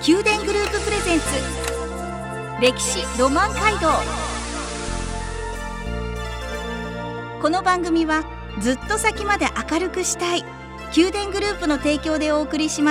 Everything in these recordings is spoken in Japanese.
宮殿グループプレゼンツ歴史ロマン街道。この番組はずっと先まで明るくしたい宮殿グループの提供でお送りします。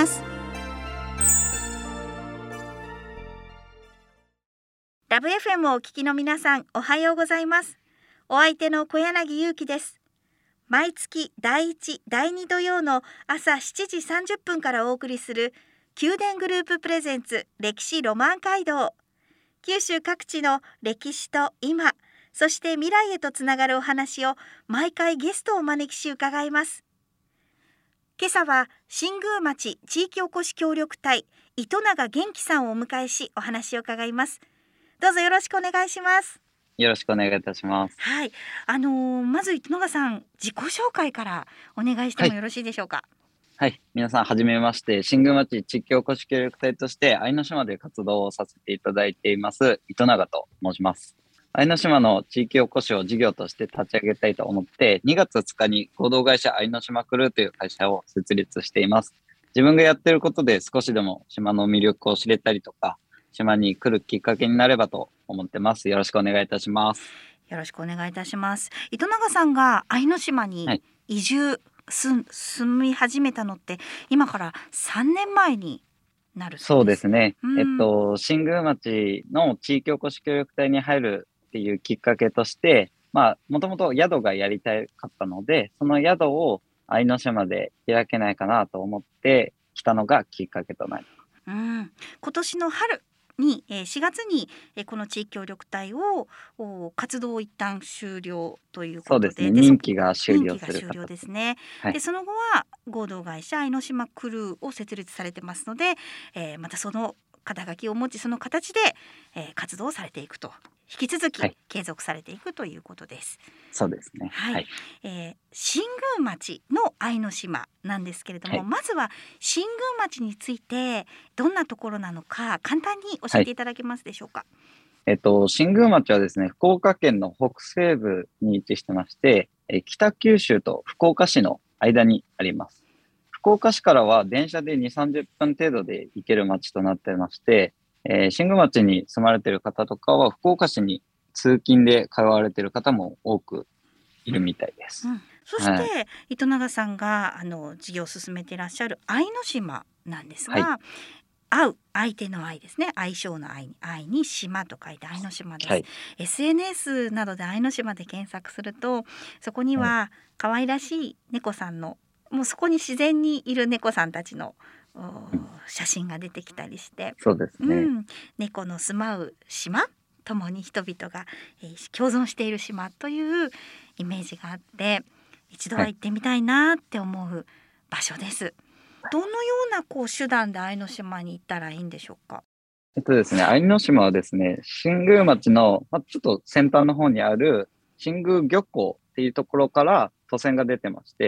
ラブ FM をお聞きの皆さん、おはようございます。お相手の小柳ゆうきです。毎月第1、第2土曜の朝7時30分からお送りする宮殿グループプレゼンツ歴史ロマン街道。九州各地の歴史と今、そして未来へとつながるお話を毎回ゲストをお招きし伺います。今朝は新宮町地域おこし協力隊糸永元気さんをお迎えしお話を伺います。どうぞよろしくお願いします。 よろしくお願いいたします。 はい、まず糸永さん、自己紹介からお願いしてもよろしいでしょうか。 はい、皆さんはじめまして。新宮町地域おこし協力隊として愛の島で活動をさせていただいています糸永と申します。愛の島の地域おこしを事業として立ち上げたいと思って2月2日に合同会社愛の島クルーという会社を設立しています。自分がやっていることで少しでも島の魅力を知れたりとか、島に来るきっかけになればと思ってます。よろしくお願いいたします。 よろしくお願いいたします。糸永さんが愛の島に移住、住み始めたのって今から3年前になるそうですね。 新宮町の地域おこし協力隊に入るっていうきっかけとして、もともと宿がやりたかったので、その宿を愛の島で開けないかなと思って来たのがきっかけとなります。 今年の春に4月にこの地域協力隊を活動を一旦終了ということで、 そうですね、任期が終了する任期が終了ですね。 はい、 でその後は合同会社愛の島クルーを設立されてますので、またその肩書きを持ちその形で、活動をされていくと、引き続き継続されていくということです。 そうですね。 はい。新宮町の愛の島なんですけれども、まずは新宮町についてどんなところなのか簡単に教えていただけますでしょうか。 新宮町はですね、福岡県の北西部に位置してまして、北九州と福岡市の間にあります。福岡市からは電車で2、30分程度で行ける町となっていまして、新宮町に住まれている方とかは福岡市に通勤で通われている方も多くいるみたいです。 そして、糸永さんが事業を進めていらっしゃる愛の島なんですが、会う相手の愛ですね。相性の愛に島と書いて愛の島です。SNS などで愛の島で検索すると、そこには可愛らしい猫さんの、もうそこに自然にいる猫さんたちの写真が出てきたりして、 そうですね。 猫の住まう島、共に人々が、共存している島というイメージがあって、一度は行ってみたいなって思う場所です。どのような手段で愛の島に行ったらいいんでしょうか。 ですね、愛の島はですね、新宮町の、ちょっと先端の方にある新宮漁港っていうところから渡船が出てまして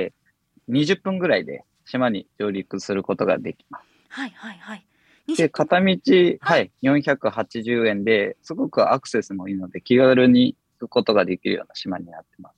、20分ぐらいで島に上陸することができます。で、片道、480円ですごくアクセスもいいので気軽に行くことができるような島になってます。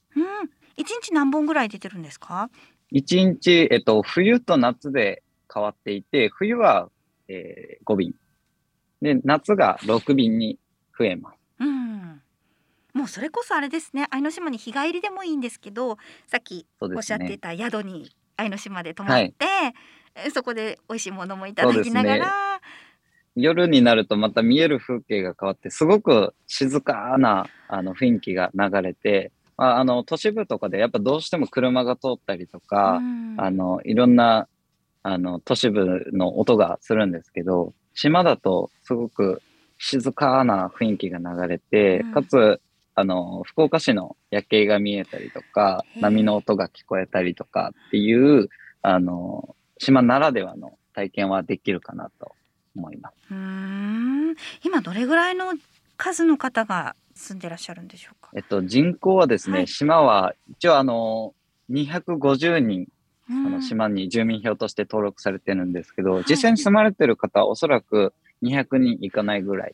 1日何本ぐらい出てるんですか ？1日、冬と夏で変わっていて、冬は、5便で、夏が6便に増えます。 もうそれこそあれですね、愛の島に日帰りでもいいんですけど、さっきおっしゃってた宿に愛の島で泊まって、そこで美味しいものもいただきながら、 夜になるとまた見える風景が変わって、すごく静かな雰囲気が流れて、都市部とかでやっぱどうしても車が通ったりとか、いろんな都市部の音がするんですけど、島だとすごく静かな雰囲気が流れて、かつ福岡市の夜景が見えたりとか、波の音が聞こえたりとかっていう島ならではの体験はできるかなと思います。 今どれぐらいの数の方が住んでらっしゃるんでしょうか。 人口はですね、島は一応250人島に住民票として登録されてるんですけど、実際に住まれてる方はおそらく200人いかないぐらい。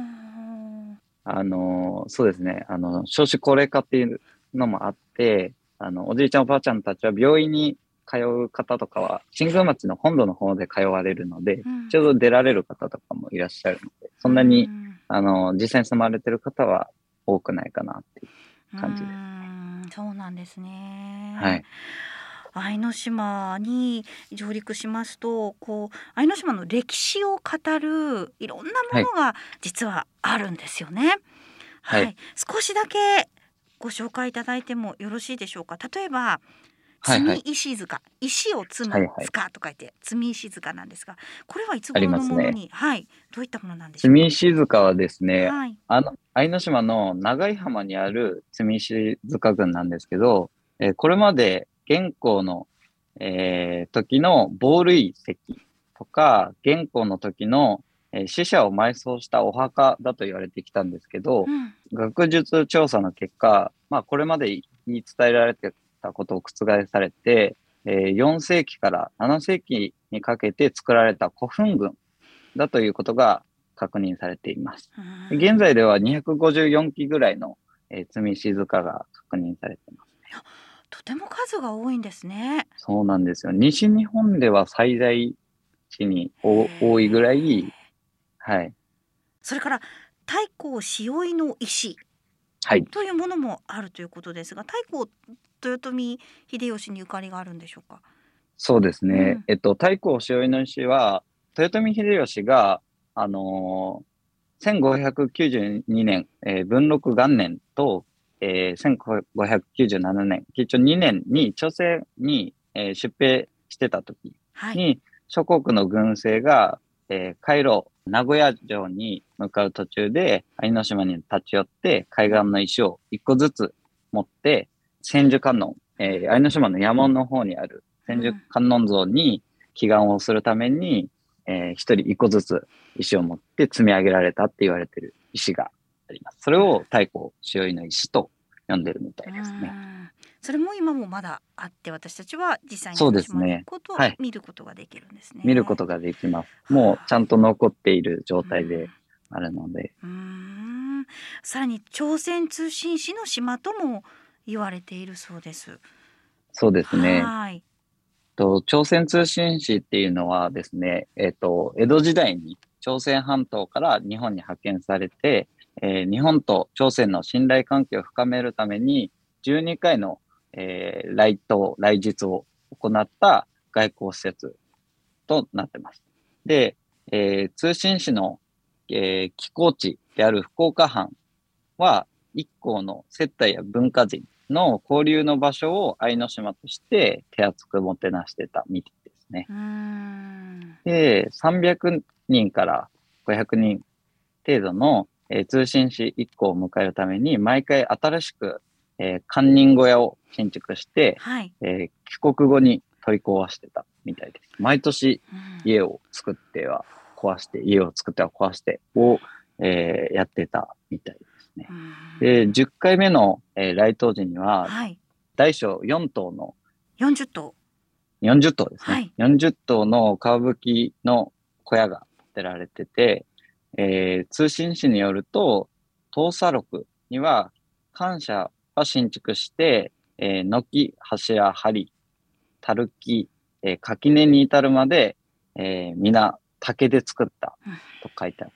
そうですね、少子高齢化っていうのもあって、おじいちゃんおばあちゃんたちは病院に通う方とかは、新宮町の本土の方で通われるので、 うん、 ちょうど出られる方とかもいらっしゃるので、そんなに、実際に住まれてる方は多くないかなっていう感じですね。 そうなんですね。 はい。 愛の島に上陸しますと、愛の島の歴史を語るいろんなはい。 ものが実はあるんですよね。 はい。 少しだけご紹介いただいてもよろしいでしょうか。例えば積はいはい。 石塚、石を積むはいはい。 塚と書いて積石塚なんですが、これはいつあり頃のますね。 ものに、どういったものなんでしょう積か。 石塚はですね、 はい。 愛の島の長井浜にある積石塚群なんですけど、これまで元寇の、時の防塁石とか、元寇の時の、死者を埋葬したお墓だと言われてきたんですけど、 うん、 学術調査の結果、これまで言い伝えられてたことを覆されて、4世紀から7世紀にかけて作られた古墳群だということが確認されています。現在では254基ぐらいの、積石塚が確認されています。 とても数が多いんですね。 そうなんですよ。西日本では最大値に多いぐらい、はい。 それから太閤塩井の石はい。 というものもあるということですが、太閤豊臣秀吉にゆかりがあるんでしょうか。 そうですね。 うん、 太閤塩の石は、豊臣秀吉が、1592年、文禄元年と、1597年、一応2年に朝鮮に、出兵してた時はい。 に、諸国の軍勢が、海路、名古屋城に向かう途中で、愛の島に立ち寄って、海岸の石を一個ずつ持って、千手観音、愛の島の山の方にある千手観音像に祈願をするために、一人一個ずつ石を持って積み上げられたって言われている石があります。それを太閤塩井の石と呼んでるみたいですね。 それも今もまだあって、私たちは実際にそう愛の島に行ですね。 くことをはい。 見ることができるんですね。 見ることができます。もうちゃんと残っている状態であるので。 さらに朝鮮通信使の島とも言われているそうです。 そうですね。 はい。 朝鮮通信使っていうのはですね、江戸時代に朝鮮半島から日本に派遣されて、日本と朝鮮の信頼関係を深めるために12回の、来日を行った外交施設となっています。で、通信使の、寄港地である福岡藩は、一行の接待や文化人の交流の場所を愛の島として手厚くもてなしてたみたいですね。で、300人から500人程度の、通信使一行を迎えるために、毎回新しく、堪忍小屋を新築して、 はい。 帰国後に取り壊してたみたいです。毎年家を作っては壊して、家を作っては壊してを、やってたみたいですね。で、10回目の、来島時には、 はい。 大小4頭の、 40頭。 40頭ですね。 はい。 40頭の皮吹きの小屋が建てられてて、通信使によると、東佐録には、官舎は新築して、軒、柱、梁、たるき、垣根に至るまで、皆竹で作ったと書いてあって、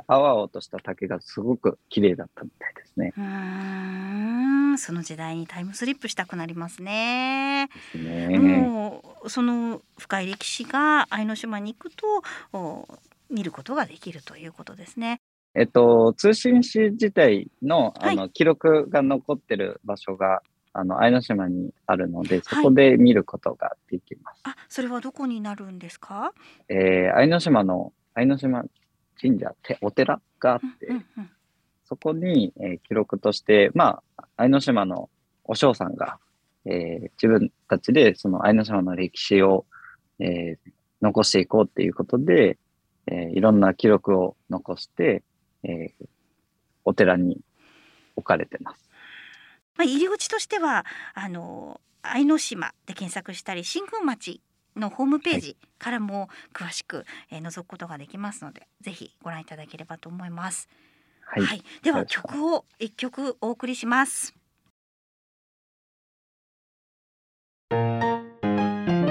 青々とした竹がすごく綺麗だったみたいですね。 その時代にタイムスリップしたくなりますね。 ですね。 もうその深い歴史が愛の島に行くと見ることができるということですね。 通信使自体の、 はい。 記録が残ってる場所が、愛の島にあるので、そこで見ることができます。 それはどこになるんですか？ 愛の島神社ってお寺があって、そこに、記録として、愛の島のお嬢さんが、自分たちでその愛の島の歴史を、残していこうっていうことで、いろんな記録を残して、お寺に置かれてます。 入り口としては愛の島で検索したり、新宮町のホームページからも詳しく、覗くことができますので、ぜひご覧いただければと思います。 はい。 はい、では曲を1曲お送りします。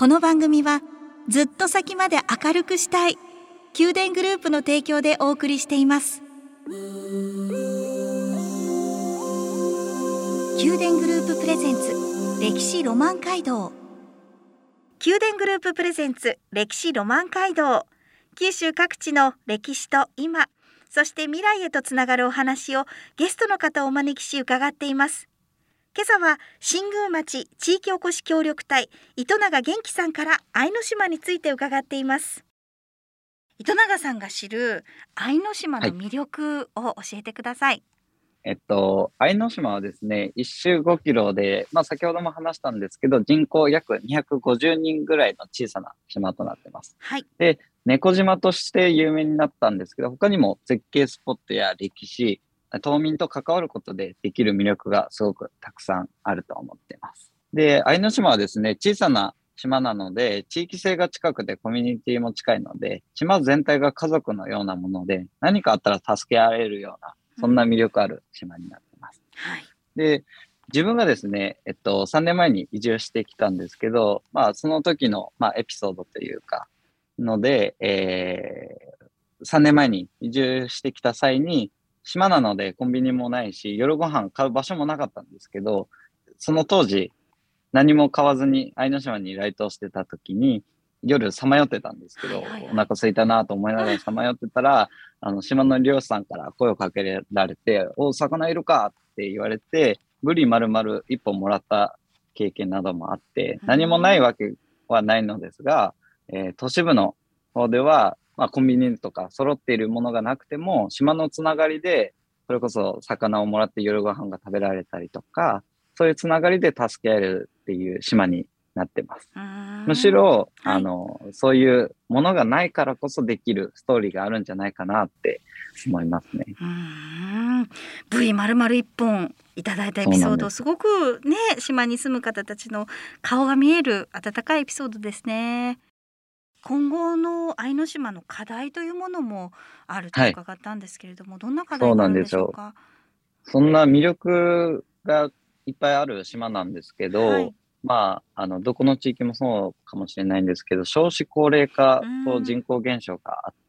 この番組はずっと先まで明るくしたい宮殿グループの提供でお送りしています。宮殿グループプレゼンツ歴史ロマン街道。宮殿グループプレゼンツ歴史ロマン街道。九州各地の歴史と今、そして未来へとつながるお話をゲストの方をお招きし伺っています。今朝は新宮町地域おこし協力隊糸永元気さんから愛の島について伺っています。糸永さんが知る愛の島の魅力を教えてください。 愛の島はですね、1周5キロで、先ほども話したんですけど、人口約250人ぐらいの小さな島となってます。 はい。 で、猫島として有名になったんですけど、他にも絶景スポットや歴史、島民と関わることでできる魅力がすごくたくさんあると思っています。で、愛の島はですね、小さな島なので、地域性が近くてコミュニティも近いので、島全体が家族のようなもので、何かあったら助け合えるような、そんな魅力ある島になっています。 はい。 で、自分がですね、3年前に移住してきたんですけど、その時の、エピソードというか、ので、3年前に移住してきた際に、島なのでコンビニもないし、夜ご飯買う場所もなかったんですけど、その当時、何も買わずに愛の島に来島してた時に、夜さまよってたんですけど、お腹空いたなと思いながらさまよってたら、島の漁師さんから声をかけられて、お、魚いるかって言われて、ブリ丸々1本もらった経験などもあって、何もないわけはないのですが、都市部の方では、コンビニとか揃っているものがなくても、島のつながりで、それこそ魚をもらって夜ご飯が食べられたりとか、そういうつながりで助け合えるっていう島になってます。むしろ、 はい、 そういうものがないからこそできるストーリーがあるんじゃないかなって思いますね。 ブリ丸々1本いただいたエピソード、すごくね、島に住む方たちの顔が見える温かいエピソードですね。今後の愛の島の課題というものもあると伺ったんですけれども、どんな課題があるんでしょうか。 そんな魅力がいっぱいある島なんですけど、 はい、 どこの地域もそうかもしれないんですけど、少子高齢化と人口減少があって、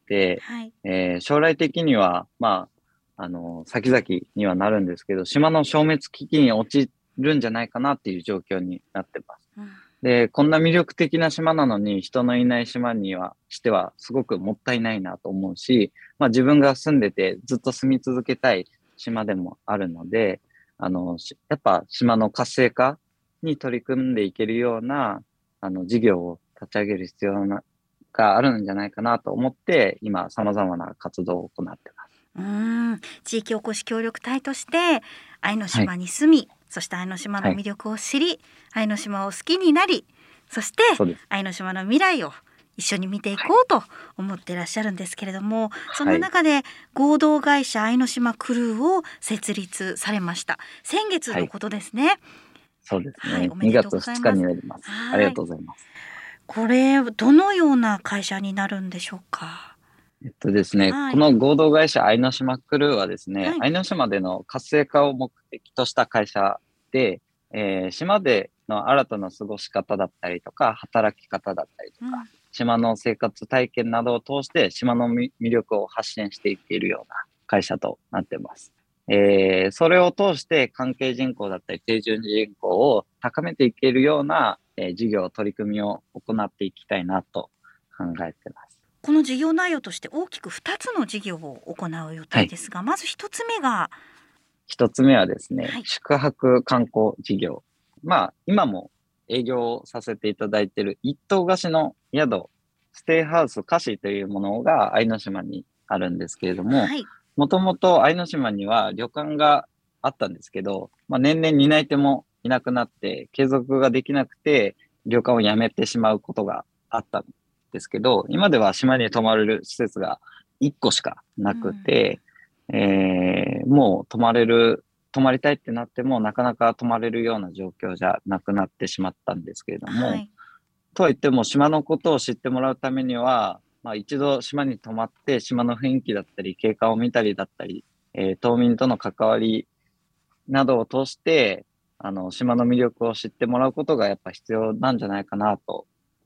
はい、 将来的には、先々にはなるんですけど、島の消滅危機に陥るんじゃないかなっていう状況になってます。で、こんな魅力的な島なのに人のいない島にしてはすごくもったいないなと思うし、自分が住んでてずっと住み続けたい島でもあるので、やっぱ島の活性化に取り組んでいけるような、事業を立ち上げる必要があるんじゃないかなと思って、今、様々な活動を行ってます。 地域おこし協力隊として、愛の島に住み、はい、そして愛の島の魅力を知り、愛の島を好きになり、そして愛の島の未来を一緒に見ていこうと思っていらっしゃるんですけれども、その中で合同会社愛の島クルーを設立されました。先月のことですね。 そうですね。2月2日になります。ありがとうございます。 これどのような会社になるんでしょうか。 ですね、この合同会社愛の島クルーはですね、愛の島での活性化を目的とした会社で、島での新たな過ごし方だったりとか、働き方だったりとか、島の生活体験などを通して島の魅力を発信していっているような会社となっています。それを通して関係人口だったり定住人口を高めていけるような、事業、取り組みを行っていきたいなと考えています。 この事業内容として大きく2つの事業を行う予定ですが、まず1つ目が 1つ目はですね、宿泊観光事業。今も営業させていただいている一棟貸しの宿、ステイハウス貸しというものが愛の島にあるんですけれども、もともと愛の島には旅館があったんですけど、年々担い手もいなくなって継続ができなくて旅館を辞めてしまうことがあったんですけど、今では島に泊まれる施設が1個しかなくて、もう泊まりたいってなってもなかなか泊まれるような状況じゃなくなってしまったんですけれども、とは言っても島のことを知ってもらうためには、一度島に泊まって島の雰囲気だったり景観を見たりだったり、島民との関わりなどを通して島の魅力を知ってもらうことがやっぱ必要なんじゃないかなと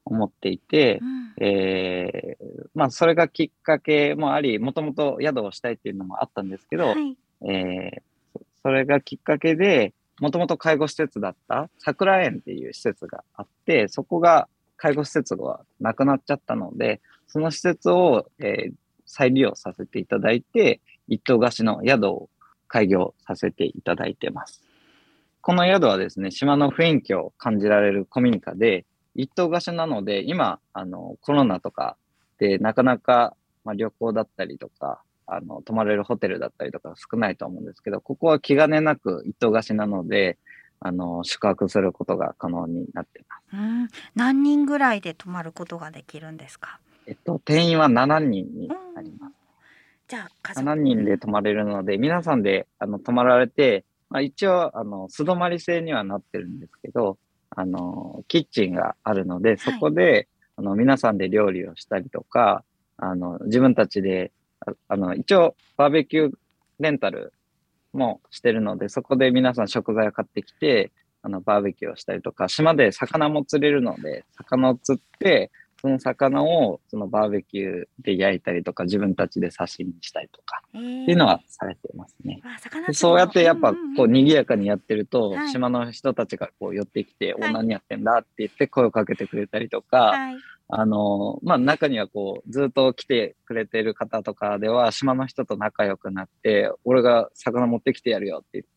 思っていて、 うん、 まあ、それがきっかけもあり、もともと宿をしたいっていうのもあったんですけど、 はい。 それがきっかけで、もともと介護施設だった桜園っていう施設があって、そこが介護施設がなくなっちゃったので、その施設を、再利用させていただいて、一棟貸しの宿を開業させていただいてます。この宿はですね、島の雰囲気を感じられる古民家で、一棟貸しなので、今、コロナとかでなかなか、まあ、旅行だったりとか、泊まれるホテルだったりとか少ないと思うんですけど、ここは気兼ねなく一棟貸しなので、宿泊することが可能になっています。 うん、何人ぐらいで泊まることができるんですか？ 定員は7人にうん、 なります。 じゃあ家 7 族、 人で泊まれるので、皆さんで、泊まられて、まあ、一応、素泊まり制にはなってるんですけど、キッチンがあるので、そはい。 こで、皆さんで料理をしたりとか、自分たちで、一応、バーベキューレンタルもしてるので、そこで皆さん食材を買ってきて、バーベキューをしたりとか、島で魚も釣れるので、魚を釣って、その魚をそのバーベキューで焼いたりとか、自分たちで刺身にしたりとか、っていうのはされてますね。 魚でそうやっ釣りも、 てやっぱこう賑やかにやってると、 はい。 島の人たちがこう寄ってきて、 はい。 何やってんだって言って声をかけてくれたりとか、 はい。 まあ中にはこうずっと来てくれてる方とかでは、島の人と仲良くなって、俺が魚持ってきてやるよって言って、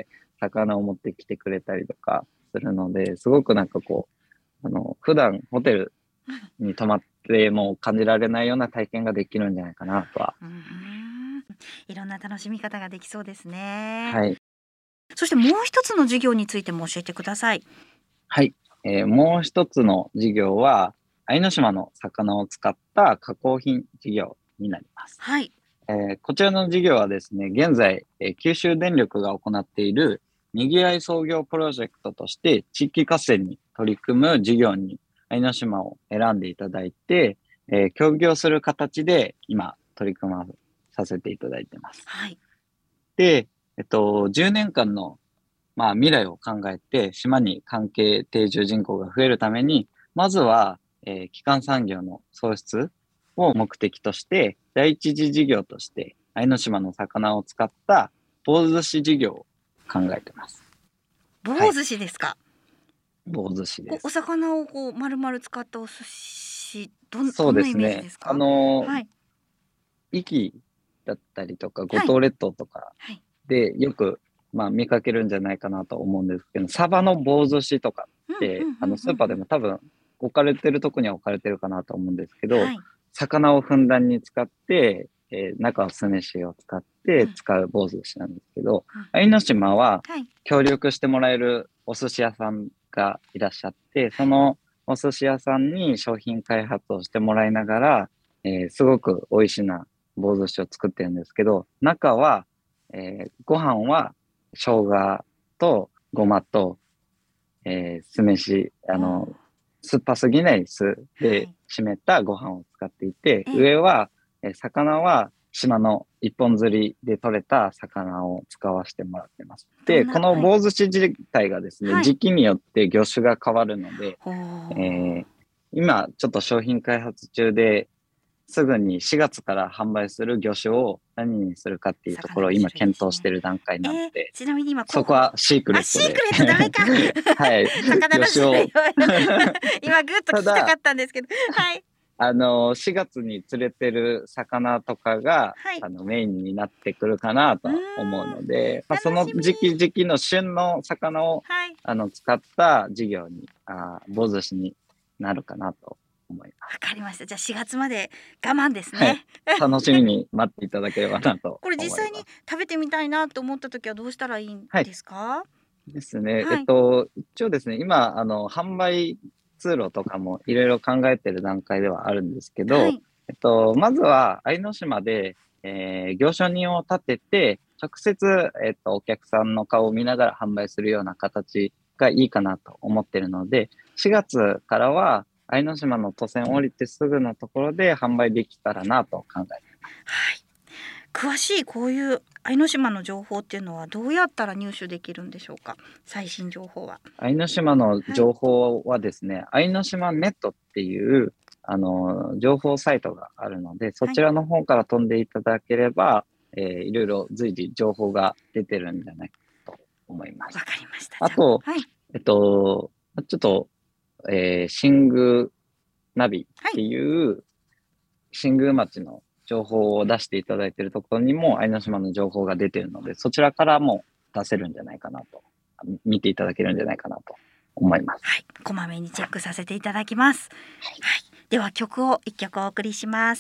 魚を持ってきてくれたりとかするので、すごくなんかこう、普段ホテルに泊まっても感じられないような体験ができるんじゃないかなとは。 うん、いろんな楽しみ方ができそうですね。 はい。 そしてもう一つの授業についても教えてください。 はい。もう一つの事業は、愛の島の魚を使った加工品事業になります。 はい。 こちらの事業はですね、現在、九州電力が行っているにぎわい創業プロジェクトとして地域活性に取り組む事業に愛の島を選んでいただいて、協業する形で今取り組まさせていただいています。 はい。 で、10年間のまあ、未来を考えて、島に関係定住人口が増えるために、まずは、基幹産業の創出を目的として、第一次事業として、愛の島の魚を使った棒寿司事業を考えてます。 棒寿司ですか？ 棒寿司です。 お魚をこう丸々使ったお寿司、 そうどんなイメージですね。 ですか？はい。 壱岐だったりとか、五はい。 島列島とかはい。 でよく、まあ、見かけるんじゃないかなと思うんですけど、サバの棒寿司とかうんって、 うんうんスーパーでも多分置かれてるとこには置かれてるかなと思うんですけど、 はい。 魚をふんだんに使って、中は酢飯を使ってうん使う棒寿司なんですけど、 うん。 愛の島ははい。 協力してもらえるお寿司屋さんがいらっしゃって、そのお寿司屋さんに商品開発をしてもらいながら、すごく美味しな棒寿司を作ってるんですけど、中は、ご飯は生姜とごまと、酢飯、酸っぱすぎない酢はでい。 締めたご飯を使っていて、 ええ。 上は、魚は島の一本釣りで取れた魚を使わせてもらってます。で、このはい。 棒寿司自体がですね、 はい。 時期によって魚種が変わるので、 ほえー今ちょっと商品開発中で、すぐに4月から販売する魚種を何にするかっていうところを今魚の種類ですね。 検討している段階なので、 ちなみに今そこはシークレあ、シーットで。 クレットダメか。 はい。 魚の種類を今ぐっと聞ただ、 きたかったんですけど。はい。 4月に釣れてる魚とかが、 はい。 メインになってくるかなとうーん、 は思うので、まあ、そ楽しみ。 の時期の旬の魚を、 はい。 使った事業に、棒寿司になるかなと思います。 わかりました。じゃあ4月まで我慢ですはい。 ね。 楽しみに待っていただければなとこれ実際に思います。 食べてみたいなと思った時はどうしたらいいんはい。 ですか？ ですね。 はい。 一応ですね、今、販売通路とかもいろいろ考えてる段階ではあるんですけど、 はい。 まずは愛の島で、行商人を立てて、直接、お客さんの顔を見ながら販売するような形がいいかなと思ってるので、4月からは愛の島の都線を降りてすぐのところで販売できたらなと考えています。 はい。 詳しいこういう愛の島の情報っていうのはどうやったら入手できるんでしょうか？最新情報は。 愛の島の情報はですね、愛の島ネットっていう情報サイトがあるので、そちらの方から飛んでいただければ、いろいろ随時情報が出てるんじゃないかと思います。 わかりました。 あと、ちょっと、新宮ナビっていう新宮町の情報を出していただいているところにも愛の島の情報が出ているので、そちらからも出せるんじゃないかなと、見ていただけるんじゃないかなと思います。 はい、こまめにチェックさせていただきます。はい、では曲を1曲お送りします。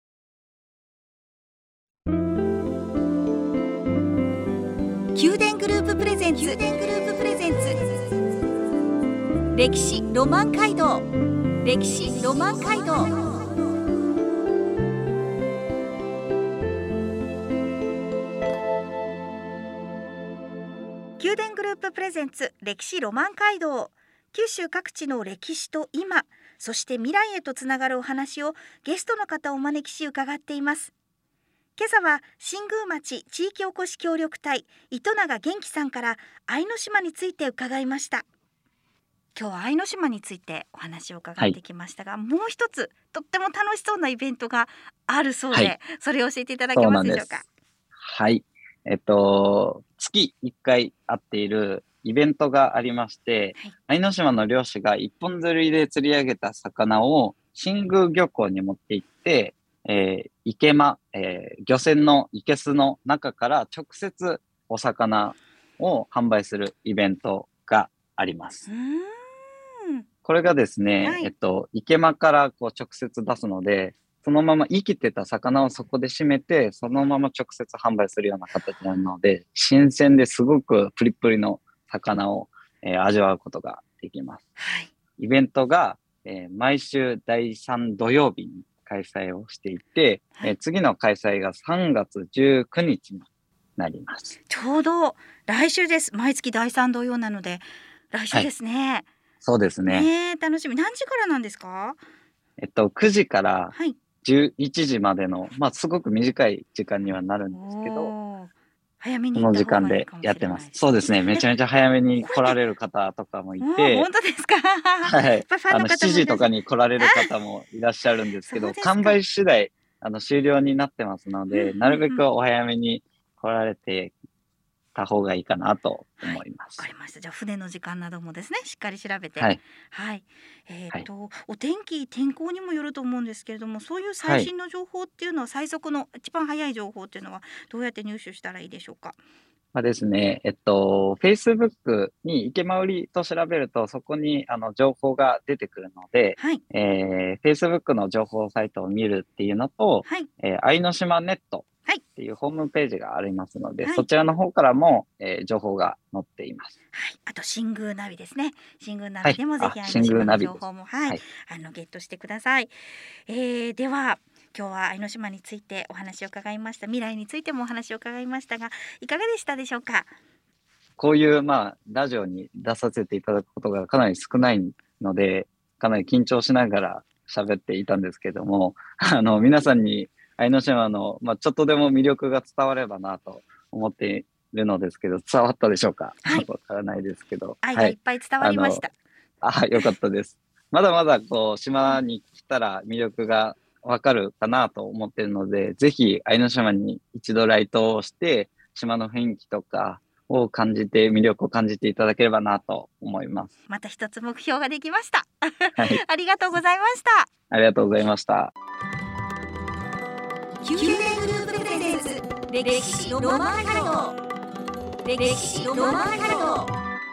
宮殿グループプレゼンツ歴史ロマン街道、歴史ロマン街道。宮殿グループプレゼンツ歴史ロマン街道。九州各地の歴史と今、そして未来へとつながるお話をゲストの方をお招きし伺っています。今朝は新宮町地域おこし協力隊糸永元気さんから愛の島について伺いました。今日は愛の島についてお話を伺ってきましたが、もう一つとっても楽しそうなイベントがあるそうで、それを教えていただけますでしょうか？ はい、月1回あっているイベントがありまして、愛の島の漁師が一本釣りで釣り上げた魚を新宮漁港に持って行って、池間、漁船の生けすの中から直接お魚を販売するイベントがあります。これがですね、池間からこう直接出すので、そのまま生きてた魚をそこで締めて、そのまま直接販売するような形なので、新鮮ですごくプリプリの魚を、味わうことができます。イベントが、毎週第3土曜日に開催をしていて、次の開催が3月19日になります。 ちょうど来週です。毎月第3土曜なので来週ですね。 そうですね。 楽しみ。何時からなんですか ？9時から11時までの、すごく短い時間にはなるんですけど、 早めにこの時間でやってます。そうですね。めちゃめちゃ早めに来られる方とかもいて、 本当ですか？ はい。7時とかに来られる方もいらっしゃるんですけど、完売次第終了になってますので、なるべくお早めに来られてた方がいいかなと思います。 わかりました。じゃあ船の時間などもですね、しっかり調べて。お天候にもよると思うんですけれども、そういう最新の情報っていうのは、最速の一番早い情報っていうのはどうやって入手したらいいでしょうか？ ですね、Facebook に池間売りと調べると、そこに情報が出てくるので、Facebook の情報サイトを見るっていうのと、愛の島ネットっていうホームページがありますので、そちらの方からも、情報が載っています。 あと新宮ナビですね。新宮ナビでもぜひ愛の島の情報も、ゲットしてください。では今日は愛の島についてお話を伺いました。未来についてもお話を伺いましたが、いかがでしたでしょうか？ こういうラジオに出させていただくことがかなり少ないので、かなり緊張しながら喋っていたんですけども、皆さんに愛の島の、ちょっとでも魅力が伝わればなと思っているのですけど、伝わったでしょうか？わからないですけど。 愛がいっぱい伝わりました。 よかったです。まだまだ島に来たら魅力がわかるかなと思っているので、ぜひ愛の島に一度来島して、島の雰囲気とかを感じて、魅力を感じていただければなと思います。 また一つ目標ができました。ありがとうございました。 ありがとうございました。 宮殿グループプレゼンツ歴史ロマン街道、歴史ロマン街道。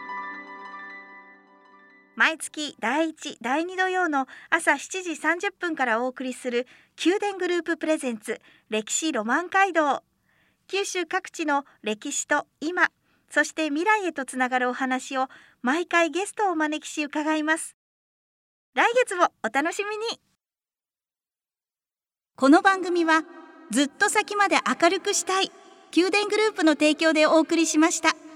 毎月第1、第2土曜の朝7時30分からお送りする宮殿グループプレゼンツ歴史ロマン街道。九州各地の歴史と今、そして未来へとつながるお話を毎回ゲストをお招きし伺います。来月もお楽しみに。この番組はずっと先まで明るくしたい宮殿グループの提供でお送りしました。